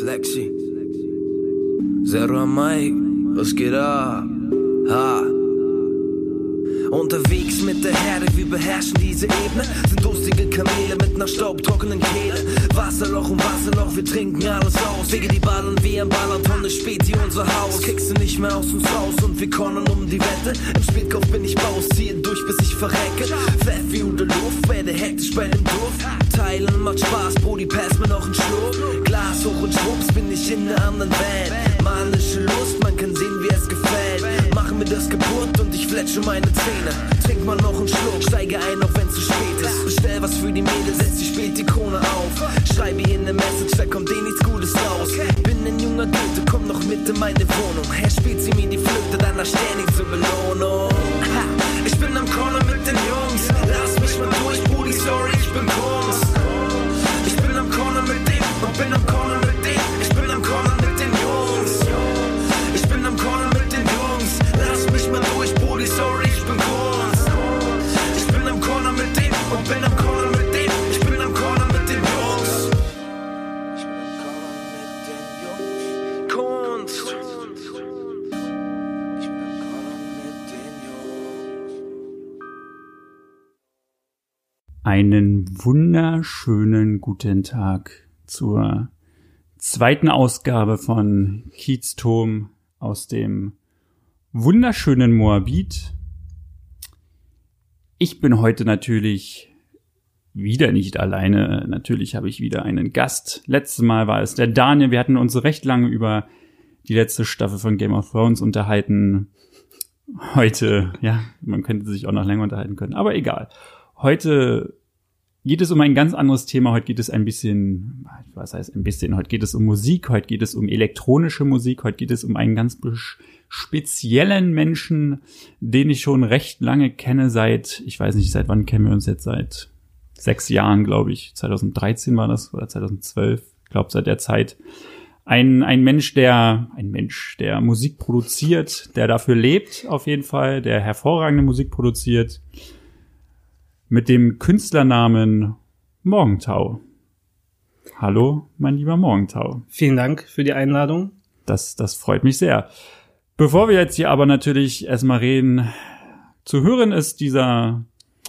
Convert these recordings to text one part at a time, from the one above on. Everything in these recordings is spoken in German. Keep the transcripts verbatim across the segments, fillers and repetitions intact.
Flexi. Zero Mike, was geht ab? Ha. Unterwegs mit der Herde, wir beherrschen diese Ebene. Sind durstige Kamele mit ner staubtrockenen Kehle. Wasserloch um Wasserloch, wir trinken alles aus. Wege die Ballen wie ein Ballertonne, Späti unser Haus. Kriegst du nicht mehr aus uns raus und wir konnen um die Wette. Im Spätkauf bin ich Baus, ziehe durch bis ich verrecke. Pfeff wie unter Luft, werde hektisch bei dem Dorf. Teilen macht Spaß, Brody, pass mir noch einen Schluck. Glas hoch und schwupps bin ich in der anderen Welt. Manische Lust, man kann sehen wie es gefällt. Machen mir das kaputt und ich fletsche meine Zähne. Trink mal noch einen Schluck, steige ein, auch wenn zu spät ist. Bestell was für die Mädels, setz die Spätikone auf. Schreibe ihr ne Message, da kommt eh nichts Gutes raus. Bin ein junger Goethe, komm noch mit in meine Wohnung. Herr spielt sie mir die Flöte, danach steh nicht zur Belohnung. Ha, ich bin am Corner mit den Jungs. Lass mich mal durch, Brudi, sorry, ich bin Kunst. Ich bin am Corner mit dem und bin am Corner mit dem. Ich bin am Corner mit den Jungs. Ich bin am Corner mit den Jungs. Lass mich mal durch, Brudi, sorry, ich bin Kunst. Ich bin am Corner mit dem und bin am Corner mit dem. Ich bin am Corner mit den Jungs. Ich bin am Corner mit den Jungs. Kunst. Ich bin am Corner mit den Jungs. Einen wunderschönen guten Tag zur zweiten Ausgabe von Kiezturm aus dem wunderschönen Moabit. Ich bin heute natürlich wieder nicht alleine. Natürlich habe ich wieder einen Gast. Letztes Mal war es der Daniel. Wir hatten uns recht lange über die letzte Staffel von Game of Thrones unterhalten. Heute, ja, man könnte sich auch noch länger unterhalten können, aber egal. Heute geht es um ein ganz anderes Thema. Heute geht es ein bisschen, was heißt ein bisschen, heute geht es um Musik, heute geht es um elektronische Musik, heute geht es um einen ganz speziellen Menschen, den ich schon recht lange kenne, seit, ich weiß nicht, seit wann kennen wir uns jetzt, seit sechs Jahren, glaube ich, zwanzig dreizehn war das, oder zwanzig zwölf, ich glaube seit der Zeit. Ein, ein Mensch, der, ein Mensch, der Musik produziert, der dafür lebt, auf jeden Fall, der hervorragende Musik produziert, mit dem Künstlernamen Morgentau. Hallo, mein lieber Morgentau. Vielen Dank für die Einladung. Das, das freut mich sehr. Bevor wir jetzt hier aber natürlich erstmal reden, zu hören ist dieser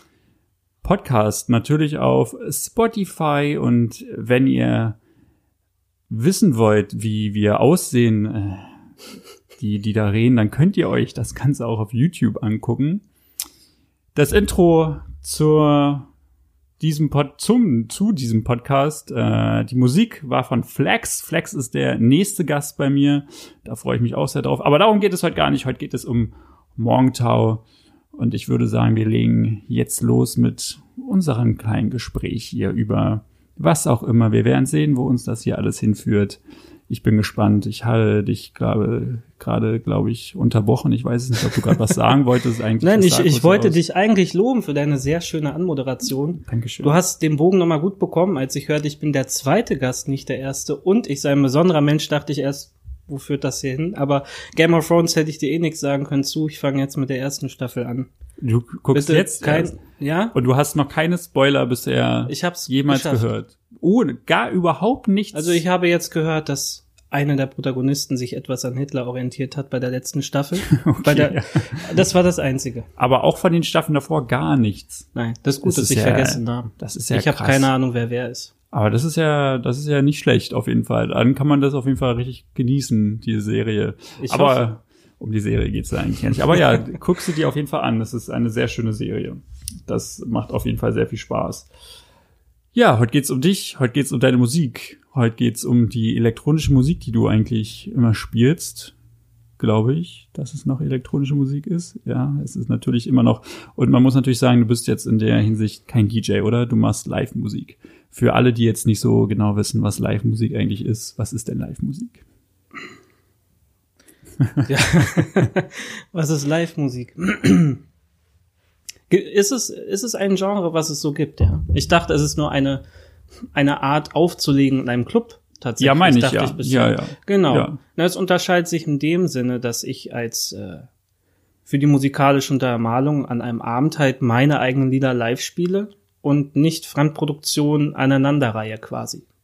Podcast natürlich auf Spotify, und wenn ihr wissen wollt, wie wir aussehen, die, die da reden, dann könnt ihr euch das Ganze auch auf YouTube angucken. Das Intro zur diesem Pod, zum zu diesem Podcast. Äh, die Musik war von Flex. Flex ist der nächste Gast bei mir. Da freue ich mich auch sehr drauf. Aber darum geht es heute gar nicht. Heute geht es um Morgentau. Und ich würde sagen, wir legen jetzt los mit unserem kleinen Gespräch hier über was auch immer. Wir werden sehen, wo uns das hier alles hinführt. Ich bin gespannt. Ich hatte dich gerade, gerade, glaube ich, unterbrochen. Ich weiß nicht, ob du gerade was sagen wolltest. Eigentlich. Nein, ich, ich wollte aus. dich eigentlich loben für deine sehr schöne Anmoderation. Dankeschön. Du hast den Bogen nochmal gut bekommen, als ich hörte, ich bin der zweite Gast, nicht der erste. Und ich sei ein besonderer Mensch, dachte ich erst, wo führt das hier hin? Aber Game of Thrones hätte ich dir eh nichts sagen können zu. Ich fange jetzt mit der ersten Staffel an. Du guckst Bitte jetzt kein, erst. Ja? Und du hast noch keine Spoiler bisher ich hab's jemals geschafft. gehört. Oh, gar überhaupt nichts. Also ich habe jetzt gehört, dass einer der Protagonisten sich etwas an Hitler orientiert hat bei der letzten Staffel. Okay, bei der, ja. Das war das Einzige. Aber auch von den Staffeln davor gar nichts. Nein, das ist gut, das dass ist ich ja, vergessen habe. Das ist ja Ich habe keine Ahnung, wer wer ist. Aber das ist ja, das ist ja nicht schlecht auf jeden Fall. Dann kann man das auf jeden Fall richtig genießen, diese Serie. Ich Aber hoffe. Um die Serie geht's ja eigentlich nicht. Aber ja, guckst du dir auf jeden Fall an. Das ist eine sehr schöne Serie. Das macht auf jeden Fall sehr viel Spaß. Ja, heute geht's um dich, heute geht's um deine Musik. Heute geht's um die elektronische Musik, die du eigentlich immer spielst. Glaube ich, dass es noch elektronische Musik ist. Ja, es ist natürlich immer noch. Und man muss natürlich sagen, du bist jetzt in der Hinsicht kein D J, oder? Du machst Live-Musik. Für alle, die jetzt nicht so genau wissen, was Live-Musik eigentlich ist, was ist denn Live-Musik? Ja. Was ist Live-Musik? Ist es, ist es ein Genre, was es so gibt, ja? Ich dachte, es ist nur eine, eine Art aufzulegen in einem Club. Tatsächlich. Ja, meine ich, dachte ja. Ich ja, ja. Genau. Ja. Na, es unterscheidet sich in dem Sinne, dass ich als äh, für die musikalische Untermalung an einem Abend halt meine eigenen Lieder live spiele und nicht Fremdproduktion aneinanderreihe quasi.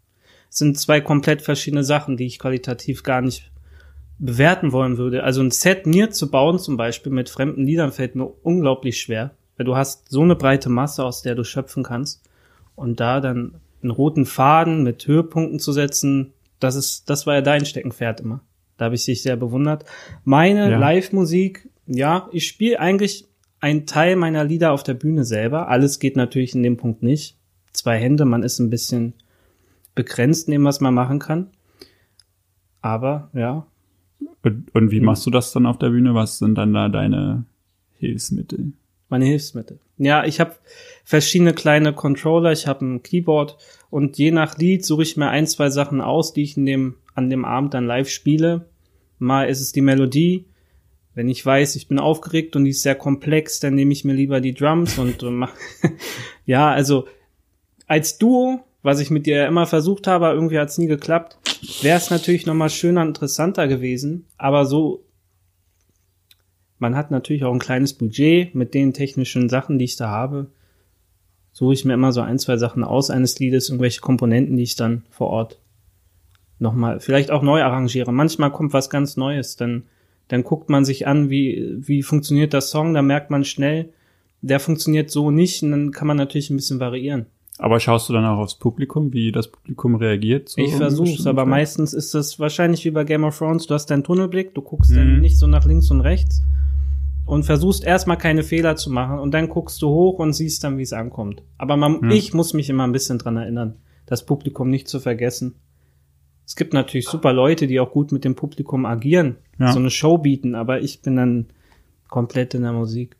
sind zwei komplett verschiedene Sachen, die ich qualitativ gar nicht bewerten wollen würde. Also ein Set mir zu bauen zum Beispiel mit fremden Liedern fällt mir unglaublich schwer, weil du hast so eine breite Masse, aus der du schöpfen kannst. Und da dann einen roten Faden mit Höhepunkten zu setzen, das ist, das war ja dein Steckenpferd immer. Da habe ich dich sehr bewundert. Meine Ja. Live-Musik, ja, ich spiele eigentlich einen Teil meiner Lieder auf der Bühne selber. Alles geht natürlich in dem Punkt nicht. Zwei Hände, man ist ein bisschen begrenzt in dem, was man machen kann. Aber, ja. Und, und wie machst du das dann auf der Bühne? Was sind dann da deine Hilfsmittel? Meine Hilfsmittel. Ja, ich habe verschiedene kleine Controller, ich habe ein Keyboard und je nach Lied suche ich mir ein, zwei Sachen aus, die ich in dem, an dem Abend dann live spiele. Mal ist es die Melodie. Wenn ich weiß, ich bin aufgeregt und die ist sehr komplex, dann nehme ich mir lieber die Drums und äh, mach. Ja, also als Duo, was ich mit dir ja immer versucht habe, irgendwie hat es nie geklappt, wäre es natürlich nochmal schöner und interessanter gewesen, aber so, man hat natürlich auch ein kleines Budget mit den technischen Sachen, die ich da habe, suche ich mir immer so ein, zwei Sachen aus eines Liedes, irgendwelche Komponenten, die ich dann vor Ort nochmal, vielleicht auch neu arrangiere. Manchmal kommt was ganz Neues, dann, dann guckt man sich an, wie, wie funktioniert der Song, da merkt man schnell, der funktioniert so nicht, und dann kann man natürlich ein bisschen variieren. Aber schaust du dann auch aufs Publikum, wie das Publikum reagiert? So Ich versuch's, aber Fall? meistens ist es wahrscheinlich wie bei Game of Thrones, du hast deinen Tunnelblick, du guckst Mhm. dann nicht so nach links und rechts und versuchst erstmal keine Fehler zu machen und dann guckst du hoch und siehst dann, wie es ankommt. Aber man, Mhm. ich muss mich immer ein bisschen dran erinnern, das Publikum nicht zu vergessen. Es gibt natürlich super Leute, die auch gut mit dem Publikum agieren, Ja. so eine Show bieten, aber ich bin dann komplett in der Musik.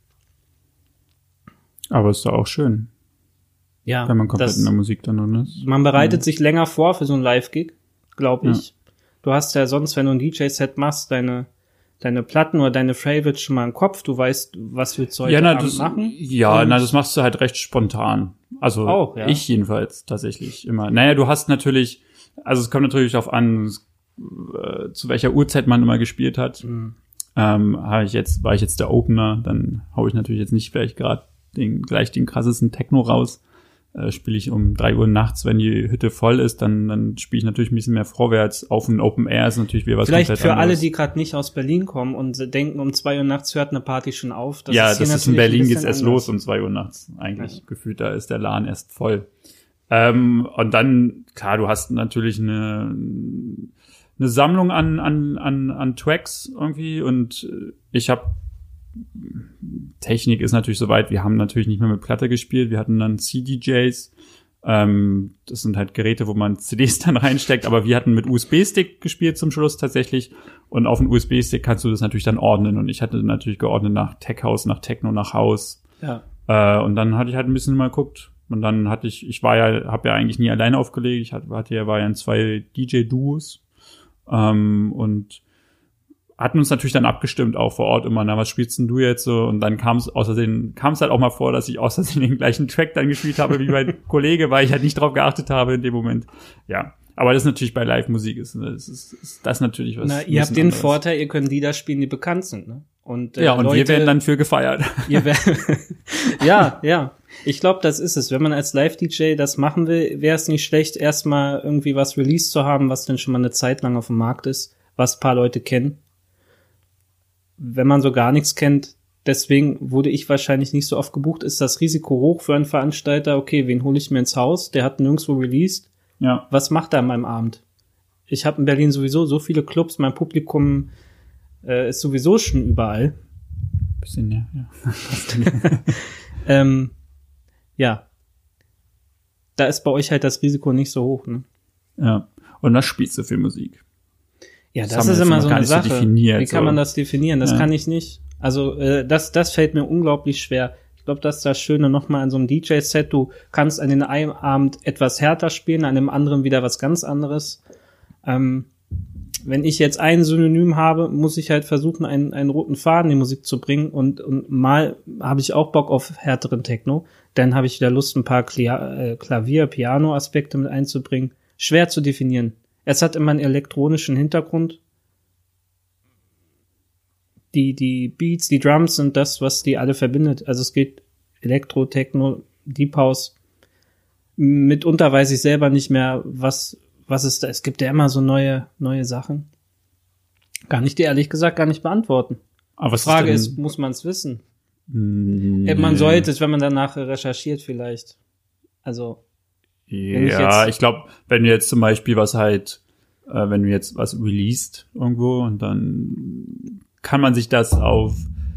Aber ist doch auch schön, Ja, wenn man komplett das, in der Musik dann drin ist. man bereitet Ja. sich länger vor für so ein Live-Gig, glaube ich. Ja. Du hast ja sonst, wenn du ein D J-Set machst, deine deine Platten oder deine Favorites schon mal im Kopf. Du weißt, was willst du heute Ja, na, Abend das, machen. ja, Und- na, das machst du halt recht spontan. Also Auch, ja. ich jedenfalls tatsächlich immer. Naja, du hast natürlich, also es kommt natürlich darauf an, äh, zu welcher Uhrzeit man immer gespielt hat. Mhm. Ähm, habe ich jetzt, war ich jetzt der Opener, dann hau ich natürlich jetzt nicht vielleicht gerade den gleich den krassesten Techno raus. Äh, spiele ich um drei Uhr nachts, wenn die Hütte voll ist, dann, dann spiele ich natürlich ein bisschen mehr vorwärts. Auf ein Open Air ist natürlich wieder was Vielleicht komplett für alle, anderes. die gerade nicht aus Berlin kommen und denken, um zwei Uhr nachts hört eine Party schon auf. Das ja, ist hier das ist in natürlich ein Berlin bisschen geht's erst anders. los um zwei Uhr nachts eigentlich. Ja. Gefühlt, da ist der Laden erst voll. Ähm, und dann, klar, du hast natürlich eine, eine Sammlung an, an, an, an Tracks irgendwie und ich habe Technik ist natürlich soweit, wir haben natürlich nicht mehr mit Platte gespielt, wir hatten dann C D Js, ähm, das sind halt Geräte, wo man C Ds dann reinsteckt, aber wir hatten mit U S B-Stick gespielt zum Schluss tatsächlich und auf dem U S B-Stick kannst du das natürlich dann ordnen und ich hatte natürlich geordnet nach Tech House, nach Techno, nach House. Ja. Äh, und dann hatte ich halt ein bisschen mal geguckt. Und dann hatte ich, ich war ja, habe ja eigentlich nie alleine aufgelegt. Ich hatte, hatte ja, war ja in zwei D J-Duos. Ähm, und hatten uns natürlich dann abgestimmt, auch vor Ort immer, na, was spielst denn du jetzt so? Und dann kam es außerdem, kam es halt auch mal vor, dass ich außerdem den gleichen Track dann gespielt habe wie mein Kollege, weil ich halt nicht drauf geachtet habe in dem Moment. Ja. Aber das ist natürlich bei Live-Musik ist, ist, ist, ist das natürlich was. Na, ein ihr habt bisschen den anderes. Vorteil, ihr könnt Lieder spielen, die bekannt sind, ne? Und, äh, Ja, und Leute, wir werden dann für gefeiert. Ihr wer- ja, ja. Ich glaube, das ist es. Wenn man als Live-D J das machen will, wäre es nicht schlecht, erstmal irgendwie was released zu haben, was dann schon mal eine Zeit lang auf dem Markt ist, was ein paar Leute kennen. Wenn man so gar nichts kennt, deswegen wurde ich wahrscheinlich nicht so oft gebucht, ist das Risiko hoch für einen Veranstalter. Okay, wen hole ich mir ins Haus? Der hat nirgendwo released. Ja. Was macht er an meinem Abend? Ich habe in Berlin sowieso so viele Clubs, mein Publikum äh, ist sowieso schon überall. Bisschen, ja. ja. Ähm, ja. Da ist bei euch halt das Risiko nicht so hoch, ne? Ja. Und was spielst du für Musik? Ja, Das das, haben wir ist jetzt immer noch so gar eine nicht so Sache. definiert, Wie kann so. man das definieren? Das Ja. kann ich nicht. Also äh, das, das fällt mir unglaublich schwer. Ich glaube, das ist das Schöne nochmal an so einem D J-Set. Du kannst an den einen Abend etwas härter spielen, an dem anderen wieder was ganz anderes. Ähm, wenn ich jetzt ein Synonym habe, muss ich halt versuchen, einen, einen roten Faden in die Musik zu bringen und, und mal habe ich auch Bock auf härteren Techno. Dann habe ich wieder Lust, ein paar Kla- äh, Klavier-, Piano-Aspekte mit einzubringen. Schwer zu definieren. Es hat immer einen elektronischen Hintergrund. Die, die Beats, die Drums sind das, was die alle verbindet. Also es geht Elektro, Techno, Deep House. Mitunter weiß ich selber nicht mehr, was, was ist da? Es gibt ja immer so neue, neue Sachen. Kann ich dir ehrlich gesagt gar nicht beantworten. Aber was Die Frage ist, ist, denn, muss man es wissen? Nee. Man sollte es, wenn man danach recherchiert vielleicht. Also, wenn ich Ja, jetzt- ich glaube, wenn du jetzt zum Beispiel was halt, äh, wenn du jetzt was released irgendwo und dann kann man sich das auf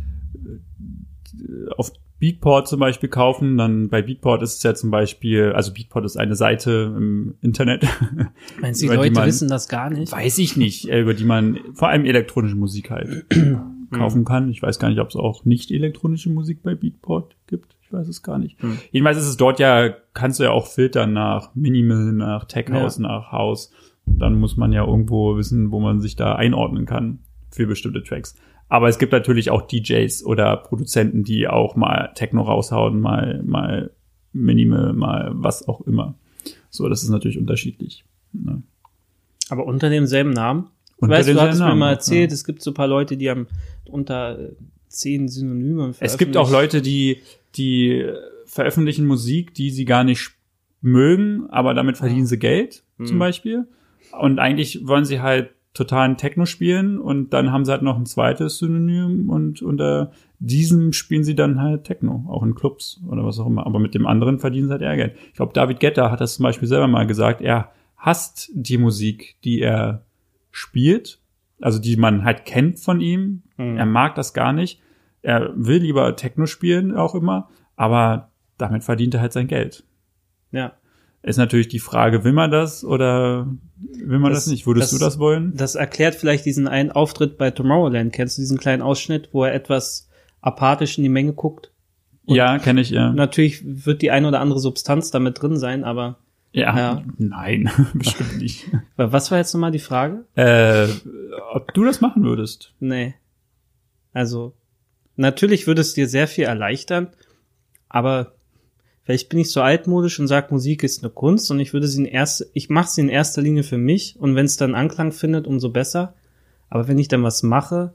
äh, auf Beatport zum Beispiel kaufen, dann bei Beatport ist es ja zum Beispiel, also Beatport ist eine Seite im Internet. Meinst du, die über die Leute man- wissen das gar nicht? Weiß ich nicht, äh, über die man vor allem elektronische Musik halt kaufen kann. Ich weiß gar nicht, ob es auch nicht elektronische Musik bei Beatport gibt. Ich weiß es gar nicht. Hm. Jedenfalls ist es dort ja, kannst du ja auch filtern nach Minimal, nach Tech House, Ja. nach House. Dann muss man ja irgendwo wissen, wo man sich da einordnen kann für bestimmte Tracks. Aber es gibt natürlich auch D Js oder Produzenten, die auch mal Techno raushauen, mal, mal Minimal, mal was auch immer. So, das ist natürlich unterschiedlich. Ne? Aber unter demselben Namen? Ich Unter weiß, du demselben hattest mir Namen, mal erzählt, ja. es gibt so ein paar Leute, die haben unter äh, zehn Synonyme Es gibt auch Leute, die, die veröffentlichen Musik, die sie gar nicht mögen, aber damit verdienen sie Geld, Mhm. zum Beispiel. Und eigentlich wollen sie halt totalen Techno spielen und dann haben sie halt noch ein zweites Synonym und unter diesem spielen sie dann halt Techno, auch in Clubs oder was auch immer. Aber mit dem anderen verdienen sie halt eher Geld. Ich glaube, David Guetta hat das zum Beispiel selber mal gesagt, er hasst die Musik, die er spielt, also die man halt kennt von ihm. Mhm. Er mag das gar nicht. Er will lieber Techno spielen, auch immer, aber damit verdient er halt sein Geld. Ja. Ist natürlich die Frage, will man das oder will man das, Das- nicht? Würdest das- du das wollen? Das erklärt vielleicht diesen einen Auftritt bei Tomorrowland. Kennst du diesen kleinen Ausschnitt, wo er etwas apathisch in die Menge guckt? Und Ja, kenne ich, ja. Natürlich wird die ein oder andere Substanz damit drin sein, aber Ja, Ja. nein, bestimmt nicht. was war jetzt nochmal die Frage? äh, ob du das machen würdest? Nee. Also, natürlich würde es dir sehr viel erleichtern, aber vielleicht bin ich so altmodisch und sage, Musik ist eine Kunst und ich würde sie in erster, ich mache sie in erster Linie für mich und wenn es dann Anklang findet, umso besser. Aber wenn ich dann was mache,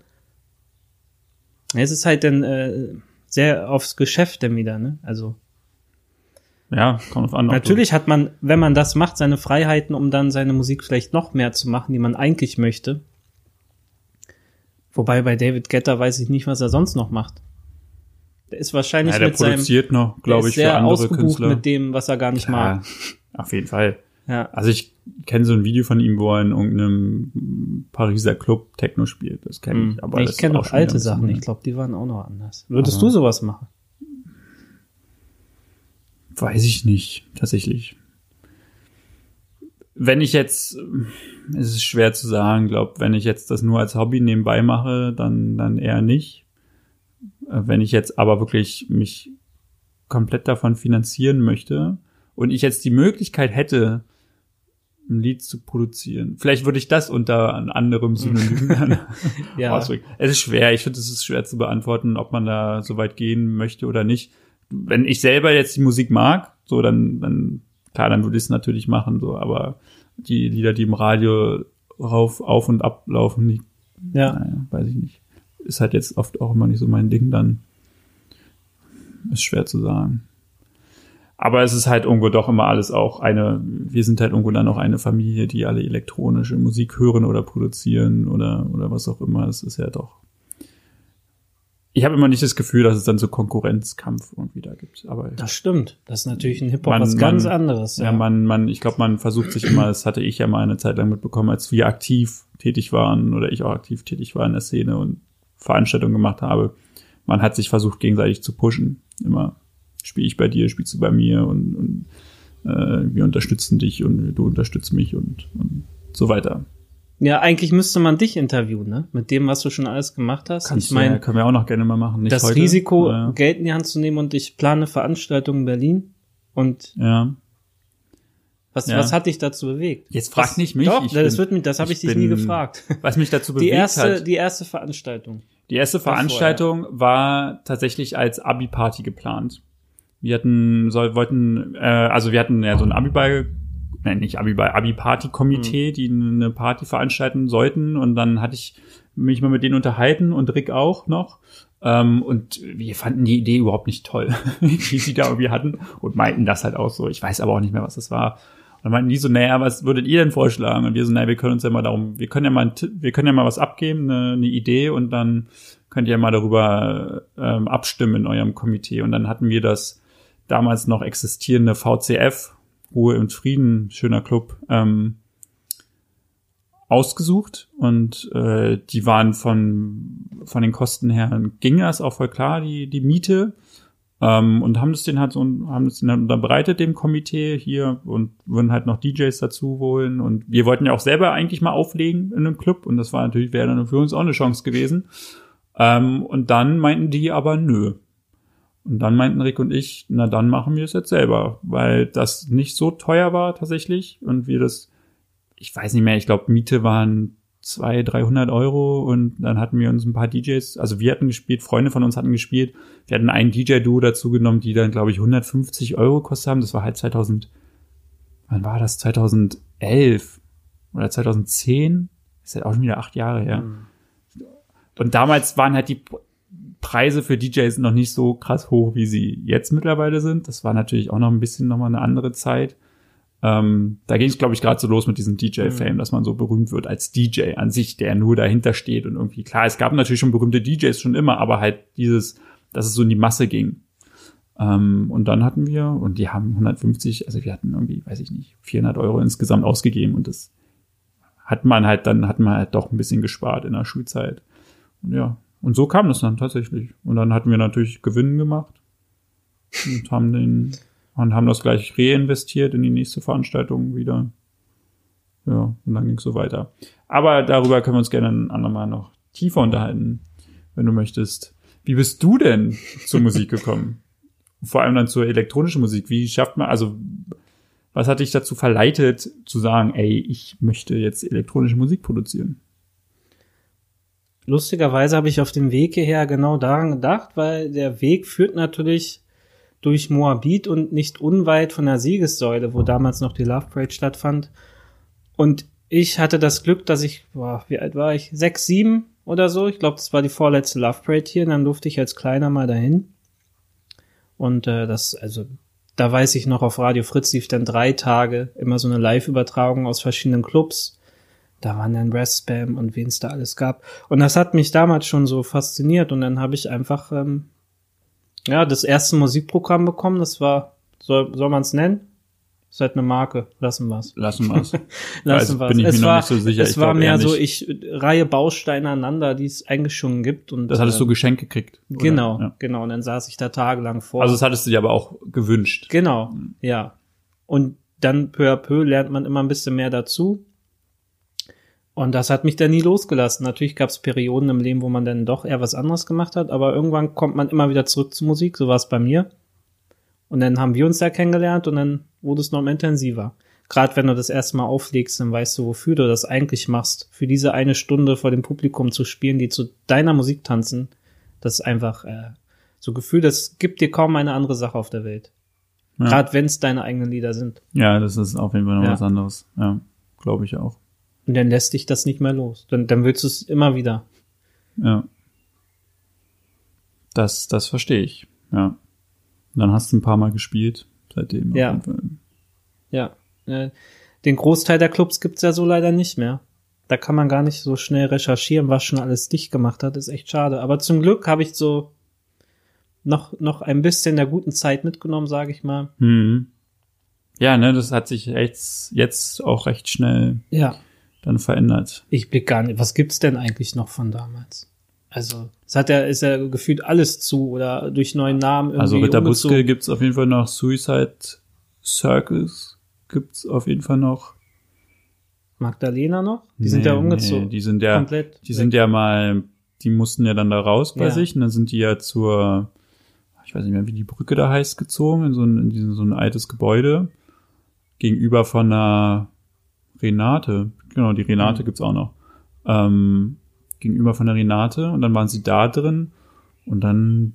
es ist halt dann äh, sehr aufs Geschäft dann wieder, ne? Also Ja, kommt auf an. ob natürlich hat man, wenn man das macht, seine Freiheiten, um dann seine Musik vielleicht noch mehr zu machen, die man eigentlich möchte. Wobei bei David Guetta weiß ich nicht, was er sonst noch macht. Der ist Du, wahrscheinlich ja, der mit seinem, produziert noch, der glaube ist ich, für sehr andere ausgebucht Künstler. mit dem, was er gar nicht Klar, mag. auf jeden Fall. Ja. Also ich kenne so ein Video von ihm, wo er in irgendeinem Pariser Club Techno spielt. Das kenne ich. Aber ich das kenne ist auch noch schon wieder alte ein bisschen- Sachen. Ich glaube, die waren auch noch anders. Würdest Aber- du sowas machen? Weiß ich nicht, tatsächlich. Wenn ich jetzt, es ist schwer zu sagen, glaube, wenn ich jetzt das nur als Hobby nebenbei mache, dann, dann eher nicht. Äh, Wenn ich jetzt aber wirklich mich komplett davon finanzieren möchte und ich jetzt die Möglichkeit hätte, ein Lied zu produzieren, vielleicht würde ich das unter einem anderen Synonym dann Ja. ausdrücken. Es ist schwer, ich finde, es ist schwer zu beantworten, ob man da so weit gehen möchte oder nicht. Wenn ich selber jetzt die Musik mag, so dann, dann klar, dann würde ich es natürlich machen, so, aber die Lieder, die im Radio rauf, auf und ab laufen, die, Ja. naja, weiß ich nicht. Ist halt jetzt oft auch immer nicht so mein Ding, dann ist schwer zu sagen. Aber es ist halt irgendwo doch immer alles auch eine, wir sind halt irgendwo dann auch eine Familie, die alle elektronische Musik hören oder produzieren oder, oder was auch immer. Es ist ja doch. Ich habe immer nicht das Gefühl, dass es dann so Konkurrenzkampf irgendwie da gibt. Aber Das stimmt. Das ist natürlich ein Hip-Hop Man- was ganz man- anderes. ja, man, man, ich glaube, man versucht sich immer, das hatte ich ja mal eine Zeit lang mitbekommen, als wir aktiv tätig waren oder ich auch aktiv tätig war in der Szene und Veranstaltungen gemacht habe. Man hat sich versucht, gegenseitig zu pushen. Immer spiele ich bei dir, spielst du bei mir und, und äh, wir unterstützen dich und du unterstützt mich und, und so weiter. Ja, eigentlich müsste man dich interviewen, ne? Mit dem, was du schon alles gemacht hast. Kannst ich du meine, ja, können wir auch noch gerne mal machen. Nicht das heute. Risiko, Ja. Geld in die Hand zu nehmen und ich plane Veranstaltungen in Berlin. Und Ja. was, Ja. was hat dich dazu bewegt? Jetzt frag Was- nicht mich. Doch, Ich das bin- wird mich, das habe ich, ich dich nie bin- gefragt. Was mich dazu Die bewegt erste, hat. die erste Veranstaltung. Die erste Veranstaltung war tatsächlich als Abi-Party geplant. Wir hatten, soll, wollten, äh, also wir hatten ja so ein Abi-Ball, nein, nicht Abi-Ball, Abi-Party-Komitee, die eine Party veranstalten sollten und dann hatte ich mich mal mit denen unterhalten und Rick auch noch. Ähm, und wir fanden die Idee überhaupt nicht toll, die sie da irgendwie hatten und meinten das halt auch so. Ich weiß aber auch nicht mehr, was das war. Und Dann meinten die so, naja, was würdet ihr denn vorschlagen? Und wir so, naja, wir können uns ja mal darum, wir können ja mal, wir können ja mal was abgeben, eine, eine Idee, und dann könnt ihr mal darüber ähm, abstimmen in eurem Komitee. Und dann hatten wir das damals noch existierende V C F, Ruhe und Frieden, schöner Club, ähm, ausgesucht, und äh, die waren von von den Kosten her, ging das auch voll klar, die die Miete, ähm, und haben das den halt so haben das den halt unterbreitet dem Komitee hier und würden halt noch D Js dazu holen, und wir wollten ja auch selber eigentlich mal auflegen in einem Club, und das war natürlich, wäre dann für uns auch eine Chance gewesen, ähm, und dann meinten die aber nö. Und dann meinten Rick und ich, na dann machen wir es jetzt selber, weil das nicht so teuer war tatsächlich, und wir das, ich weiß nicht mehr, ich glaube Miete waren zweihundert, dreihundert Euro, und dann hatten wir uns ein paar D Js, also wir hatten gespielt, Freunde von uns hatten gespielt, wir hatten einen D J-Duo dazu genommen, die dann, glaube ich, hundertfünfzig Euro gekostet haben, das war halt zweitausend, wann war das, zweitausendelf oder zweitausendzehn, das ist halt auch schon wieder acht Jahre her. Mhm. Und damals waren halt die Preise für D Js noch nicht so krass hoch, wie sie jetzt mittlerweile sind. Das war natürlich auch noch ein bisschen nochmal eine andere Zeit. Ähm, da ging es, glaube ich, gerade so los mit diesem D J-Fame, mhm. dass man so berühmt wird als D J an sich, der nur dahinter steht und irgendwie, klar, es gab natürlich schon berühmte D Js schon immer, aber halt dieses, dass es so in die Masse ging. Ähm, und dann hatten wir, und die haben hundertfünfzig, also wir hatten irgendwie, weiß ich nicht, vierhundert Euro insgesamt ausgegeben, und das hat man halt, dann hat man halt doch ein bisschen gespart in der Schulzeit. Und ja, und so kam das dann tatsächlich. Und dann hatten wir natürlich Gewinn gemacht und haben den und haben das gleich reinvestiert in die nächste Veranstaltung wieder. Ja, und dann ging es so weiter. Aber darüber können wir uns gerne ein andermal noch tiefer unterhalten, wenn du möchtest. Wie bist du denn zur Musik gekommen? Vor allem dann zur elektronischen Musik. Wie schafft man, also was hat dich dazu verleitet, zu sagen, ey, ich möchte jetzt elektronische Musik produzieren? Lustigerweise habe ich auf dem Weg hierher genau daran gedacht, weil der Weg führt natürlich durch Moabit und nicht unweit von der Siegessäule, wo damals noch die Love Parade stattfand. Und ich hatte das Glück, dass ich, boah, wie alt war ich? Sechs, sieben oder so. Ich glaube, das war die vorletzte Love Parade hier. Und dann durfte ich als Kleiner mal dahin. Und äh, das, also, da weiß ich noch, auf Radio Fritz lief dann drei Tage immer so eine Live-Übertragung aus verschiedenen Clubs. Da waren dann Brass Spam und wen es da alles gab. Und das hat mich damals schon so fasziniert. Und dann habe ich einfach ähm, ja das erste Musikprogramm bekommen. Das war, soll, soll man es nennen? Das ist halt eine Marke. Lassen wir es. Lassen wir es. Lassen wir bin ich es. mir noch war, nicht so sicher. Es ich war mehr so, ich Reihe Bausteine aneinander, die es eigentlich schon gibt. Und das hattest äh, du geschenkt gekriegt. Oder? Genau, ja. genau. Und dann saß ich da tagelang vor. Also das hattest du dir aber auch gewünscht. Genau, mhm. ja. Und dann peu à peu lernt man immer ein bisschen mehr dazu. Und das hat mich dann nie losgelassen. Natürlich gab es Perioden im Leben, wo man dann doch eher was anderes gemacht hat, aber irgendwann kommt man immer wieder zurück zur Musik, so war es bei mir. Und dann haben wir uns da kennengelernt und dann wurde es noch intensiver. Gerade wenn du das erste Mal auflegst, dann weißt du, wofür du das eigentlich machst. Für diese eine Stunde vor dem Publikum zu spielen, die zu deiner Musik tanzen, das ist einfach äh, so ein Gefühl, das gibt dir kaum eine andere Sache auf der Welt. Ja. Gerade wenn es deine eigenen Lieder sind. Ja, das ist auf jeden Fall noch ja. was anderes. Ja, glaube ich auch. Und dann lässt dich das nicht mehr los. Dann, dann willst du es immer wieder. Ja. Das, das verstehe ich. Ja. Und dann hast du ein paar Mal gespielt seitdem. Ja. Ja. Den Großteil der Clubs gibt's ja so leider nicht mehr. Da kann man gar nicht so schnell recherchieren, was schon alles dicht gemacht hat. Ist echt schade. Aber zum Glück habe ich so noch, noch ein bisschen der guten Zeit mitgenommen, sage ich mal. Mhm. Ja, ne, das hat sich jetzt, jetzt auch recht schnell ja. dann verändert. Ich blick gar nicht. Was gibt's denn eigentlich noch von damals? Also, es hat ja, ist ja gefühlt alles zu oder durch neuen Namen irgendwie. Also Ritter Buske gibt's auf jeden Fall noch, Suicide Circus gibt's auf jeden Fall noch. Magdalena noch? Die nee, sind ja umgezogen. Nee, die sind ja, komplett die weg. sind ja mal, die mussten ja dann da raus bei ja. sich und dann sind die ja zur, ich weiß nicht mehr, wie die Brücke da heißt, gezogen, in so ein, in diesen, so ein altes Gebäude. Gegenüber von einer Renate. Genau, die Renate mhm. gibt's auch noch. Ähm, gegenüber von der Renate und dann waren sie da drin und dann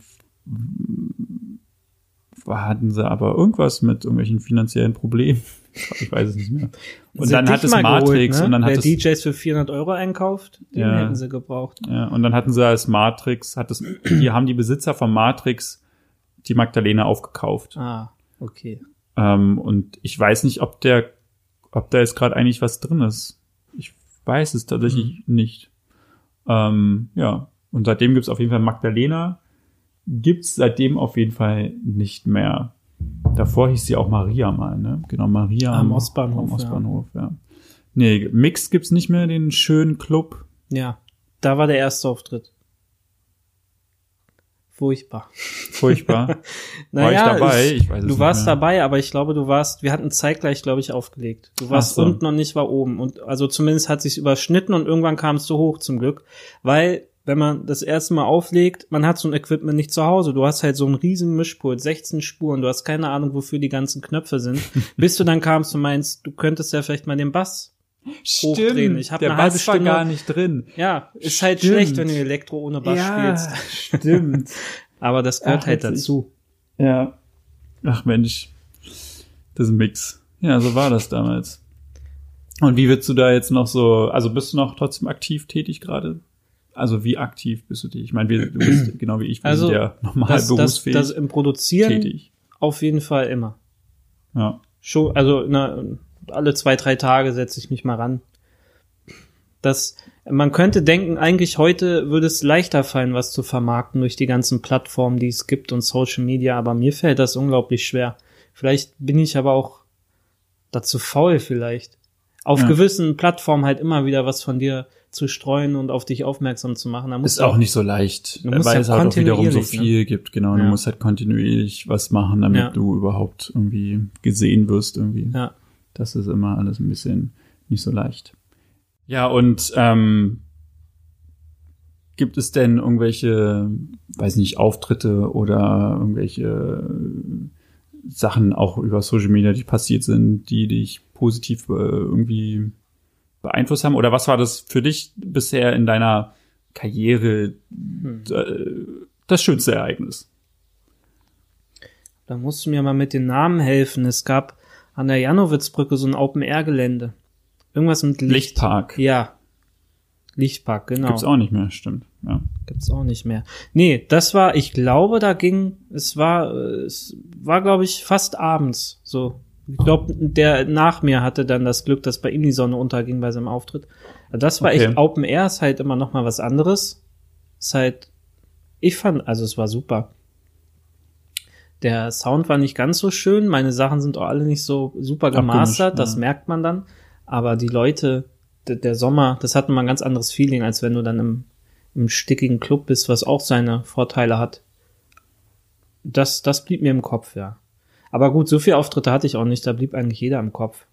hatten sie aber irgendwas mit irgendwelchen finanziellen Problemen. Ich weiß es nicht mehr. Und sie dann hat es Matrix geholt, ne? Und dann Wer hat D Js für vierhundert Euro einkauft, den ja, hätten sie gebraucht. Ja, und dann hatten sie als Matrix, hat es, die haben die Besitzer von Matrix die Magdalena aufgekauft. Ah, okay. Ähm, und ich weiß nicht, ob der ob da jetzt gerade eigentlich was drin ist. Ich weiß es tatsächlich mhm. nicht. Ähm, ja, und seitdem gibt's auf jeden Fall Magdalena. Gibt's seitdem auf jeden Fall nicht mehr. Davor hieß sie auch Maria mal, ne? Genau, Maria am Ostbahnhof. Am Ostbahnhof, ja. ja. Nee, Mix gibt's nicht mehr, den schönen Club. Ja, da war der erste Auftritt. Furchtbar. Furchtbar. naja, war ich dabei? Ich, ich weiß es du nicht warst mehr. dabei, aber ich glaube, du warst, wir hatten zeitgleich, glaube ich, aufgelegt. Du warst so. unten und ich war oben. Und also zumindest hat sich's überschnitten und irgendwann kamst du hoch zum Glück. Weil, wenn man das erste Mal auflegt, man hat so ein Equipment nicht zu Hause. Du hast halt so einen riesen Mischpult, sechzehn Spuren, du hast keine Ahnung, wofür die ganzen Knöpfe sind. Bis du dann kamst und meinst, du könntest ja vielleicht mal den Bass hochdrehen. Ich hab der eine halbe Bass war Stunde, gar nicht drin. Ja, ist halt Stimmt. schlecht, wenn du Elektro ohne Bass ja, spielst. Stimmt. Aber das gehört Ach, halt witzig. dazu. Ja. Ach Mensch. Das ist ein Mix. Ja, so war das damals. Und wie würdest du da jetzt noch so, also bist du noch trotzdem aktiv tätig gerade? Also wie aktiv bist du tätig? Ich meine, wir- du bist genau wie ich, wir Also, sind ja normal Das, das, berufsfähig das im Produzieren tätig. auf jeden Fall immer. Ja. Schon, also na, alle zwei, drei Tage setze ich mich mal ran. Das, man könnte denken, eigentlich heute würde es leichter fallen, was zu vermarkten durch die ganzen Plattformen, die es gibt und Social Media, aber mir fällt das unglaublich schwer. Vielleicht bin ich aber auch dazu faul vielleicht. Auf Ja. gewissen Plattformen halt immer wieder was von dir zu streuen und auf dich aufmerksam zu machen. Da musst Ist du auch nicht so leicht, Du musst weil ja es halt auch wiederum so kontinuierlich, ne? viel gibt, genau. Du Ja. musst halt kontinuierlich was machen, damit Ja. du überhaupt irgendwie gesehen wirst irgendwie. Ja. Das ist immer alles ein bisschen nicht so leicht. Ja, und ähm, gibt es denn irgendwelche, weiß nicht, Auftritte oder irgendwelche Sachen auch über Social Media, die passiert sind, die dich positiv äh, irgendwie beeinflusst haben? Oder was war das für dich bisher in deiner Karriere Hm. äh, das schönste Ereignis? Da musst du mir mal mit den Namen helfen. Es gab an der Janowitzbrücke so ein Open-Air-Gelände. Irgendwas mit Licht. Lichtpark. Ja. Lichtpark, genau. Gibt's auch nicht mehr, stimmt. Ja. Gibt's auch nicht mehr. Nee, das war, ich glaube, da ging, es war, äh, es war, glaube ich, fast abends, so. Ich glaube, der nach mir hatte dann das Glück, dass bei ihm die Sonne unterging bei seinem Auftritt. Das war Okay. echt, Open Air ist halt immer noch mal was anderes. Ist halt, ich fand, also es war super. Der Sound war nicht ganz so schön, meine Sachen sind auch alle nicht so super gemastert, Abgemischt, das ja. merkt man dann. Aber die Leute, der, der Sommer, das hat immer ein ganz anderes Feeling, als wenn du dann im, im stickigen Club bist, was auch seine Vorteile hat. Das, das blieb mir im Kopf, ja. Aber gut, so viele Auftritte hatte ich auch nicht, da blieb eigentlich jeder im Kopf.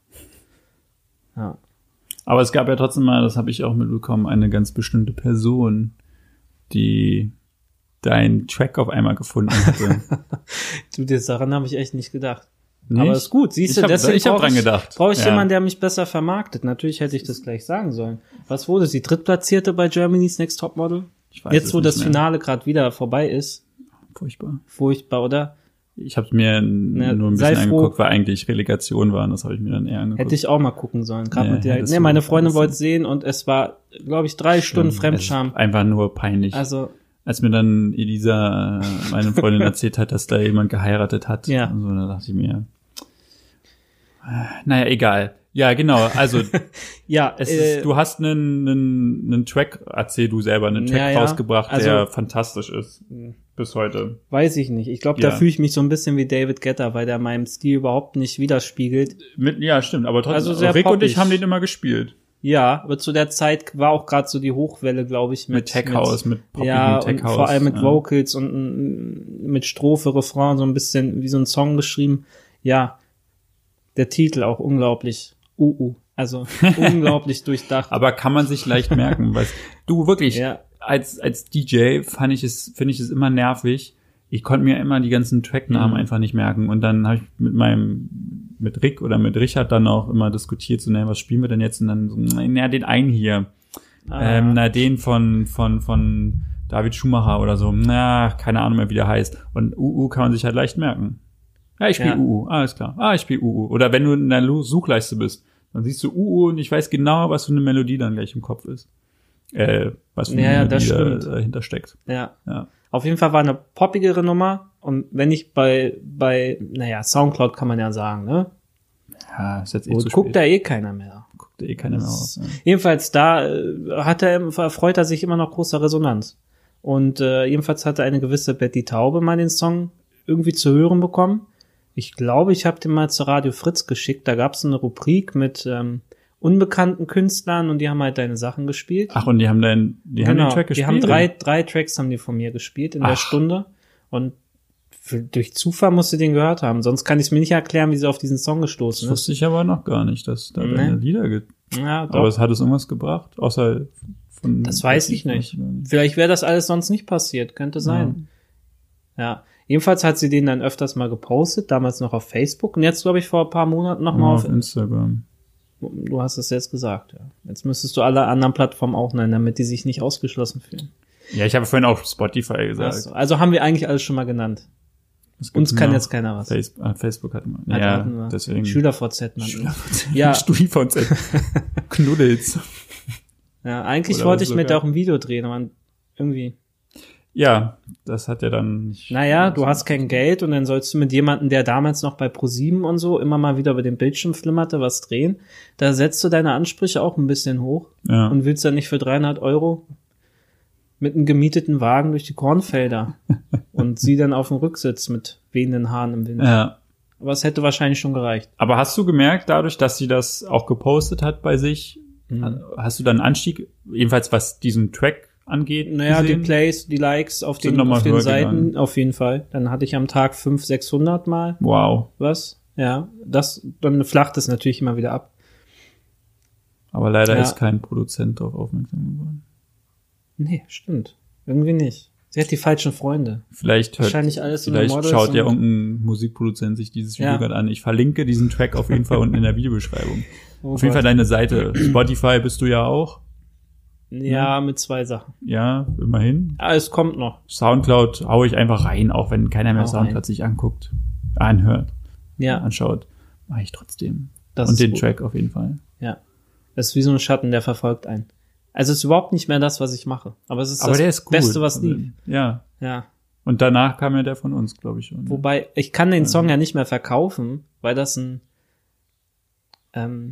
Ja. Aber es gab ja trotzdem mal, das habe ich auch mitbekommen, eine ganz bestimmte Person, die deinen Track auf einmal gefunden hatte. Du, das, daran habe ich echt nicht gedacht. Nicht? Aber ist gut, siehst du, Ich hab- deswegen ich hab brauch dran gedacht. Brauche ich Ja. jemanden, der mich besser vermarktet. Natürlich hätte ich das gleich sagen sollen. Was wurde sie? Drittplatzierte bei Germany's Next Topmodel? Ich weiß Jetzt, es wo nicht das mehr. Finale gerade wieder vorbei ist. Furchtbar. Furchtbar, oder? Ich habe mir Ne, nur ein sei bisschen froh. angeguckt, weil eigentlich Relegation war und das habe ich mir dann eher angeguckt. Hätte ich auch mal gucken sollen. Gerade Nee, mit der, hättest nee, du- meine Freundin hättest du- wollte es sehen und es war, glaube ich, drei Stunden Schlimm. Fremdscham. Es ist einfach nur peinlich. Also, Als mir dann Elisa, äh, meine Freundin, erzählt hat, dass da jemand geheiratet hat. Ja. Und so, da dachte ich mir, äh, naja, egal. Ja, genau. Also ja, es äh, ist, du hast einen, einen, einen Track, erzähl du selber, einen Track Ja, ja. rausgebracht, Also- der fantastisch ist. Bis heute. weiß ich nicht. Ich glaube, da Ja. fühle ich mich so ein bisschen wie David Guetta, weil der meinem Stil überhaupt nicht widerspiegelt. Mit, ja, stimmt, aber trotzdem, Also sehr Rick und ich poppig. haben den immer gespielt. Ja, aber zu der Zeit war auch gerade so die Hochwelle, glaube ich, Mit, mit, Tech House, mit poppigem ja, Tech und House. vor allem mit ja. Vocals und mm, mit Strophe, Refrain, so ein bisschen wie so ein Song geschrieben. Ja, der Titel auch unglaublich. Uh, uh. Also unglaublich durchdacht. Aber kann man sich leicht merken, weil du wirklich, Ja. als, als D J fand ich es, finde ich es immer nervig. Ich konnte mir immer die ganzen Tracknamen Mhm. einfach nicht merken. Und dann habe ich mit meinem, mit Rick oder mit Richard dann auch immer diskutiert, so, na, was spielen wir denn jetzt? Und dann so, na, den einen hier. Ah. Ähm, na, den von, von, von David Schumacher oder so. Na, keine Ahnung mehr, wie der heißt. Und U U kann man sich halt leicht merken. Ja, ich spiele Ja. U U. Alles klar. Ah, ich spiele U U. Oder wenn du in der Lu- Suchleiste bist, dann siehst du U U und ich weiß genau, was für eine Melodie dann gleich im Kopf ist. Äh, was für eine Ja, ja, das Melodie da stimmt. dahinter steckt. Ja. Ja. Auf jeden Fall war eine poppigere Nummer. Und wenn ich bei, bei, naja, Soundcloud kann man ja sagen, ne? Ja, ist jetzt eh Und zu guckt spät. da eh keiner mehr. Guckt eh keiner mehr auf. Ja. Jedenfalls da äh, hat er, erfreut er sich immer noch großer Resonanz. Und äh, jedenfalls hatte eine gewisse Betty Taube mal den Song irgendwie zu hören bekommen. Ich glaube, ich habe den mal zu Radio Fritz geschickt. Da gab es eine Rubrik mit ähm, unbekannten Künstlern und die haben halt deine Sachen gespielt. Ach, und die haben dann, die haben genau, den Track gespielt? Die haben drei, drei Tracks haben die von mir gespielt in Ach. der Stunde. Und für, durch Zufall musst du den gehört haben. Sonst kann ich es mir nicht erklären, wie sie auf diesen Song gestoßen Das ist. wusste ich aber noch gar nicht, dass da Nee. deine Lieder gibt. Ja, doch. Aber es hat es irgendwas gebracht, außer von... Das weiß ich nicht. Vielleicht wäre das alles sonst nicht passiert. Könnte sein. Ja. ja. Jedenfalls hat sie den dann öfters mal gepostet, damals noch auf Facebook und jetzt, glaube ich, vor ein paar Monaten noch Ja, mal auf auf Instagram. Du hast es jetzt gesagt, ja. Jetzt müsstest du alle anderen Plattformen auch nennen, damit die sich nicht ausgeschlossen fühlen. Ja, ich habe vorhin auch Spotify gesagt. Also, also haben wir eigentlich alles schon mal genannt. Es gibt Uns kann noch jetzt keiner was. Facebook, ah, Facebook hatten wir. Hat- Ja, hatten wir. deswegen. SchülerVZ nannten wir. SchülerVZ. Ja. StudiVZ. Knuddels. Ja, eigentlich Oder wollte was ich mit sogar. auch ein Video drehen, aber irgendwie. Ja, das hat ja dann nicht... Naja, du hast kein Geld und dann sollst du mit jemandem, der damals noch bei ProSieben und so immer mal wieder über den Bildschirm flimmerte, was drehen. Da setzt du deine Ansprüche auch ein bisschen hoch Ja. und willst dann nicht für dreihundert Euro mit einem gemieteten Wagen durch die Kornfelder und sie dann auf dem Rücksitz mit wehenden Haaren im Wind. ja. Aber es hätte wahrscheinlich schon gereicht. Aber hast du gemerkt, dadurch, dass sie das auch gepostet hat bei sich, Mhm. hast du dann einen Anstieg, jedenfalls was diesen Track angeht? Naja, gesehen? die Plays, die Likes auf Sind den, noch mal auf den höher Seiten, gegangen. auf jeden Fall. Dann hatte ich am Tag fünfhundert, sechshundert Mal Wow. was. Ja, das, dann flacht es natürlich immer wieder ab. Aber leider Ja. ist kein Produzent darauf aufmerksam geworden. Nee, stimmt. Irgendwie nicht. Sie hat die falschen Freunde. Vielleicht hört, Wahrscheinlich alles nur vielleicht Models schaut ja und- irgendein Musikproduzent sich dieses Video Ja. gerade an. Ich verlinke diesen Track auf jeden Fall unten in der Videobeschreibung. Oh auf jeden Fall Gott. deine Seite. Spotify bist du ja auch. Ja, mit zwei Sachen. Ja, immerhin. Ah, es kommt noch. Soundcloud hau ich einfach rein, auch wenn keiner mehr Hau Soundcloud rein. sich anguckt, anhört, Ja, anschaut. Mache ich trotzdem. das Und ist den gut. Track auf jeden Fall. Ja. Das ist wie so ein Schatten, der verfolgt einen. Also es ist überhaupt nicht mehr das, was ich mache. Aber es ist Aber das der ist gut. Beste, was Also, lief. Ja. Ja. Und danach kam ja der von uns, glaube ich schon. Wobei, ich kann den Song ja nicht mehr verkaufen, weil das ein, ähm,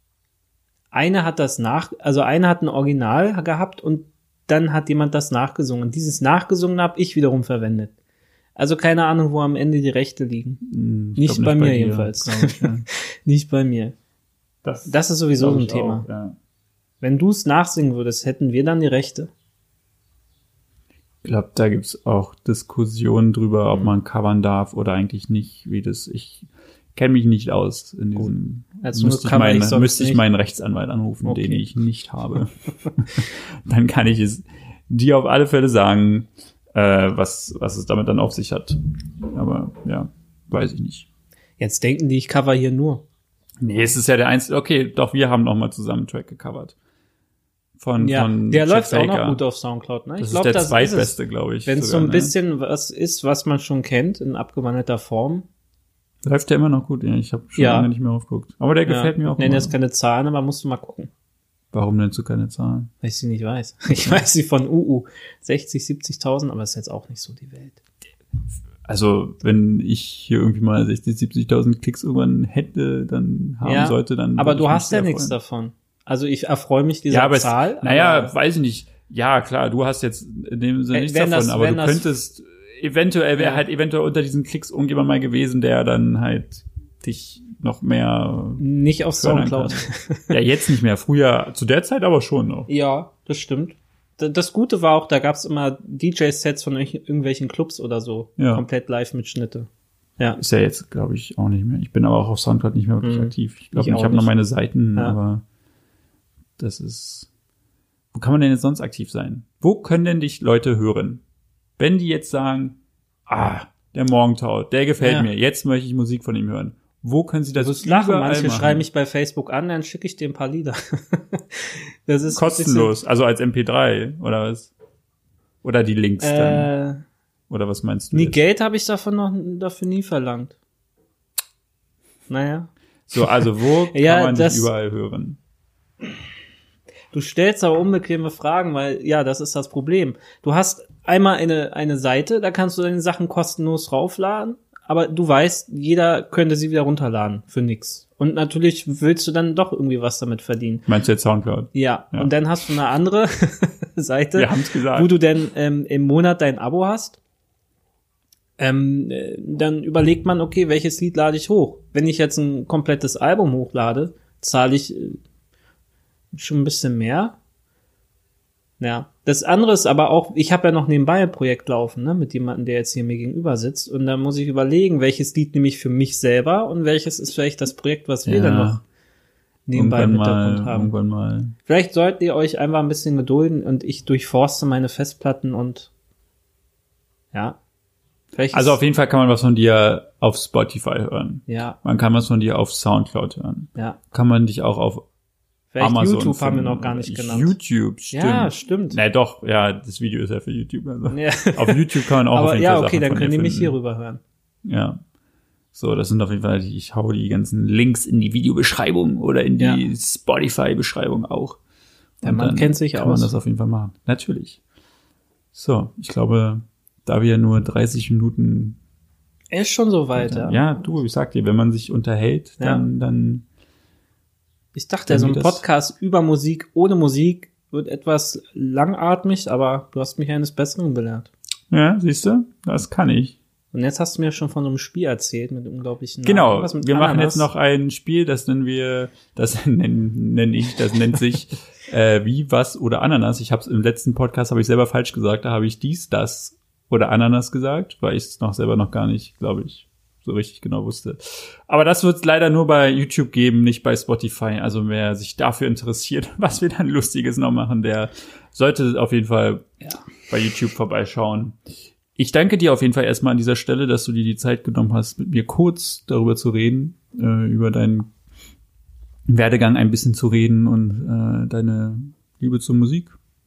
eine hat das nach, also eine hat ein Original gehabt und dann hat jemand das nachgesungen. Dieses Nachgesungene habe ich wiederum verwendet. Also keine Ahnung, wo am Ende die Rechte liegen. Hm, ich Nicht glaub bei mir dir, jedenfalls. glaub ich, ja. Nicht bei mir. Das, Das ist sowieso glaub ein ich Thema. auch, ja. Wenn du es nachsingen würdest, hätten wir dann die Rechte. Ich glaube, da gibt's auch Diskussionen drüber, ob man covern darf oder eigentlich nicht, wie das, ich kenne mich nicht aus in diesem, Also müsste, ich cover ich meinen, sonst müsste ich nicht. meinen Rechtsanwalt anrufen, Okay. den ich nicht habe. Dann kann ich es dir auf alle Fälle sagen, äh, was, was es damit dann auf sich hat. Aber ja, weiß ich nicht. Jetzt denken die, ich cover hier nur. Nee, es ist ja der einzige, okay, doch, wir haben noch mal zusammen einen Track gecovert. Von, Ja, von der Chet läuft auch noch Baker. gut auf Soundcloud, ne? Das Ich ist glaube, der das ist zweitbeste, glaube ich. Wenn es so sogar, ein ne? bisschen was ist, was man schon kennt, in abgewandelter Form. Läuft der immer noch gut? Ja, ich habe schon Ja. lange nicht mehr aufgeguckt. Aber der gefällt mir auch. Ich nenne immer jetzt noch. keine Zahlen, aber musst du mal gucken. Warum nennst du keine Zahlen? Weil ich sie nicht weiß. Ich weiß sie von U U. sechzig, siebzigtausend, aber ist jetzt auch nicht so die Welt. Also, wenn ich hier irgendwie mal sechzig, siebzigtausend Klicks irgendwann hätte, dann haben Ja, sollte, dann. Aber würde du ich mich hast ja sehr nichts freuen. davon. Also ich erfreue mich dieser Ja, aber es, Zahl. naja, aber weiß ich nicht. Ja, klar, du hast jetzt in dem Sinne Äh, nichts wenn davon, das- aber wenn du das- könntest, eventuell wäre Ja. halt eventuell unter diesen Klicks irgendjemand mal gewesen, der dann halt dich noch mehr nicht auf fördern Soundcloud. kann. Ja, jetzt nicht mehr. Früher, zu der Zeit aber schon noch. Ja, das stimmt. D- Das Gute war auch, da gab's immer D J-Sets von irgendw- irgendwelchen Clubs oder so. Ja. Komplett Live-Mitschnitte. Ja. Ist ja jetzt, glaube ich, auch nicht mehr. Ich bin aber auch auf Soundcloud nicht mehr wirklich Mhm. aktiv. Ich glaube, Ich ich, auch habe noch nicht. meine Seiten, Ja. aber das ist. Wo kann man denn jetzt sonst aktiv sein? Wo können denn dich Leute hören? Wenn die jetzt sagen, ah, der Morgentau, der gefällt Ja. mir, jetzt möchte ich Musik von ihm hören. Wo können sie das Du wirst lachen, überall manche machen? schreiben mich bei Facebook an, dann schicke ich dir ein paar Lieder. Das ist Kostenlos, also als M P drei, oder was? Oder die Links Ein dann? bisschen, äh, Oder was meinst du nie jetzt? Geld habe ich davon noch dafür nie verlangt. Naja. So, also wo kann Ja, man das- dich überall hören? Du stellst aber unbequeme Fragen, weil, ja, das ist das Problem. Du hast einmal eine, eine Seite, da kannst du deine Sachen kostenlos raufladen, aber du weißt, jeder könnte sie wieder runterladen für nix. Und natürlich willst du dann doch irgendwie was damit verdienen. Meinst du jetzt Soundcloud? Ja, Ja. und dann hast du eine andere Seite, Wir haben's gesagt. wo du dann ähm, im Monat dein Abo hast. Ähm, äh, dann überlegt man, okay, welches Lied lade ich hoch? Wenn ich jetzt ein komplettes Album hochlade, zahle ich äh, schon ein bisschen mehr. Ja, das andere ist aber auch, ich habe ja noch nebenbei ein Projekt laufen, ne, mit jemandem, der jetzt hier mir gegenüber sitzt. Und dann muss ich überlegen, welches Lied nehme ich für mich selber und welches ist vielleicht das Projekt, was wir Ja. dann noch nebenbei im Irgendwann Hintergrund mal, haben. irgendwann mal. Vielleicht solltet ihr euch einfach ein bisschen gedulden und ich durchforste meine Festplatten und ja. Vielleicht Also ist- auf jeden Fall kann man was von dir auf Spotify hören. ja, Man kann was von dir auf Soundcloud hören. ja. Kann man dich auch auf Vielleicht Amazon YouTube haben wir finden. noch gar nicht genannt. YouTube, stimmt. Ja, stimmt. Na doch, ja, das Video ist ja für YouTube. Also. Ja. Auf YouTube kann man auch auf Aber jeden ja, Fall okay, Sachen dann von können die dir mich finden. hier rüber hören. Ja. So, das sind auf jeden Fall, ich hau die ganzen Links in die Videobeschreibung oder in die Ja. Spotify-Beschreibung auch. Der Und Mann dann kennt sich kann aus. man das auf jeden Fall machen. Natürlich. So, ich glaube, da wir nur dreißig Minuten, Er ist schon so weit, ja. ja, du, ich sag dir, wenn man sich unterhält, dann, dann, Ich dachte, Dann so ein geht das- Podcast über Musik, ohne Musik, wird etwas langatmig, aber du hast mich eines Besseren belehrt. ja, siehst du, das kann ich. Und jetzt hast du mir schon von einem Spiel erzählt mit unglaublichen Genau, Namen. Was mit wir machen Ananas? jetzt noch ein Spiel, das nennen wir, das nennen, nenne ich, das nennt sich äh, wie, was oder Ananas. Ich habe es im letzten Podcast habe ich selber falsch gesagt, da habe ich dies, das oder Ananas gesagt, weil ich es noch selber noch gar nicht, glaube ich, so richtig genau wusste. Aber das wird es leider nur bei YouTube geben, nicht bei Spotify. Also wer sich dafür interessiert, was wir dann Lustiges noch machen, der sollte auf jeden Fall Ja. bei YouTube vorbeischauen. Ich danke dir auf jeden Fall erstmal an dieser Stelle, dass du dir die Zeit genommen hast, mit mir kurz darüber zu reden, äh, über deinen Werdegang ein bisschen zu reden und äh, deine Liebe zur Musik.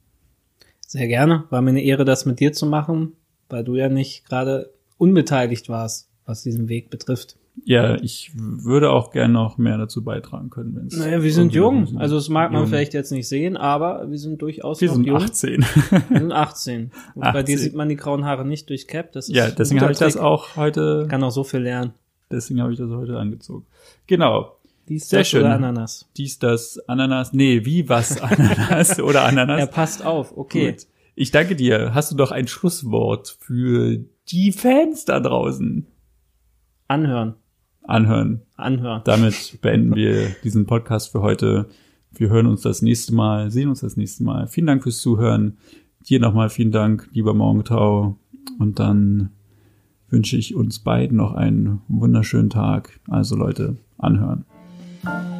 Sehr gerne. War mir eine Ehre, das mit dir zu machen, weil du ja nicht gerade unbeteiligt warst, was diesen Weg betrifft. Ja, ich würde auch gerne noch mehr dazu beitragen können, wenn es. Naja, wir sind irgendwie noch jung. Also das mag man jung. vielleicht jetzt nicht sehen, aber wir sind durchaus Wir noch sind jung. achtzehn. Wir sind achtzehn. Und bei dir achtzehn. sieht man die grauen Haare nicht durch Cap. Das ist Ja, ein deswegen guter habe ich das Trick. auch heute, Kann auch so viel lernen. deswegen habe ich das heute angezogen. Genau. Dies, Sehr das schön. oder Ananas. Dies, das, Ananas. Nee, wie, was, Ananas oder Ananas. Er passt auf. Okay. Gut. Ich danke dir. Hast du doch ein Schlusswort für die Fans da draußen? Anhören. Anhören. Anhören. Damit beenden wir diesen Podcast für heute. Wir hören uns das nächste Mal, sehen uns das nächste Mal. Vielen Dank fürs Zuhören. Dir nochmal vielen Dank, lieber Morgentau. Und dann wünsche ich uns beiden noch einen wunderschönen Tag. Also Leute, anhören.